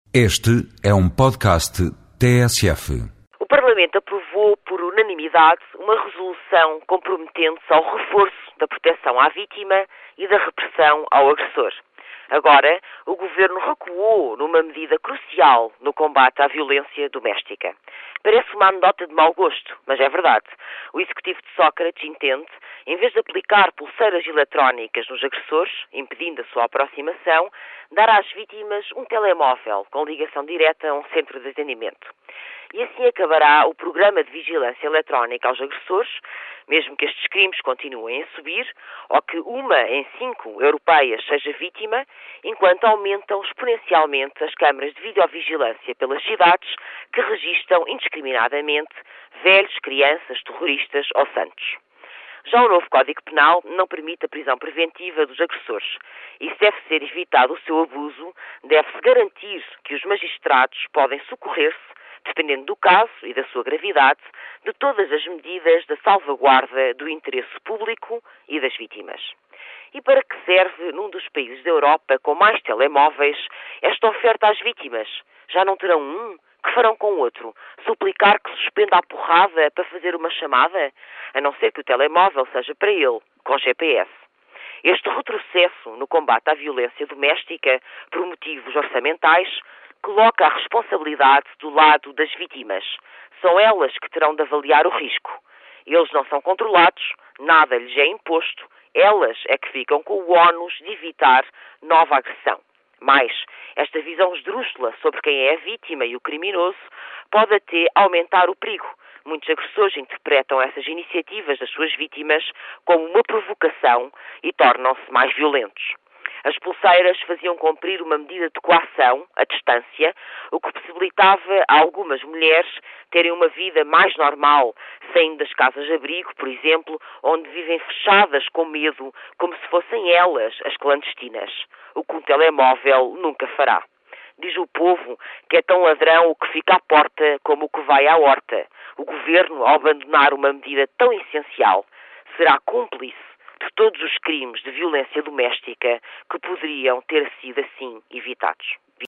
Este é um podcast TSF. O Parlamento aprovou por unanimidade uma resolução comprometendo-se ao reforço da proteção à vítima e da repressão ao agressor. Agora, o Governo recuou numa medida crucial no combate à violência doméstica. Parece uma anedota de mau gosto, mas é verdade. O Executivo de Sócrates entende, em vez de aplicar pulseiras eletrónicas nos agressores, impedindo a sua aproximação, dar às vítimas um telemóvel com ligação direta a um centro de atendimento. E assim acabará o programa de vigilância eletrónica aos agressores, mesmo que estes crimes continuem a subir, ou que 1 em 5 europeias seja vítima, enquanto aumentam exponencialmente as câmaras de videovigilância pelas cidades que registam indiscriminadamente velhos, crianças, terroristas ou santos. Já o novo Código Penal não permite a prisão preventiva dos agressores. E se deve ser evitado o seu abuso, deve-se garantir que os magistrados podem socorrer-se, dependendo do caso e da sua gravidade, de todas as medidas da salvaguarda do interesse público e das vítimas. E para que serve, num dos países da Europa com mais telemóveis, esta oferta às vítimas? Já não terão um? Que farão com o outro? Suplicar que suspenda a porrada para fazer uma chamada? A não ser que o telemóvel seja para ele, com GPS. Este retrocesso no combate à violência doméstica, por motivos orçamentais, coloca a responsabilidade do lado das vítimas. São elas que terão de avaliar o risco. Eles não são controlados, nada lhes é imposto, elas é que ficam com o ónus de evitar nova agressão. Mas esta visão esdrúxula sobre quem é a vítima e o criminoso pode até aumentar o perigo. Muitos agressores interpretam essas iniciativas das suas vítimas como uma provocação e tornam-se mais violentos. As pulseiras faziam cumprir uma medida de coação, à distância, o que possibilitava a algumas mulheres terem uma vida mais normal, saindo das casas-abrigo, por exemplo, onde vivem fechadas com medo, como se fossem elas as clandestinas, o que um telemóvel nunca fará. Diz o povo que é tão ladrão o que fica à porta como o que vai à horta. O Governo, ao abandonar uma medida tão essencial, será cúmplice de todos os crimes de violência doméstica que poderiam ter sido assim evitados.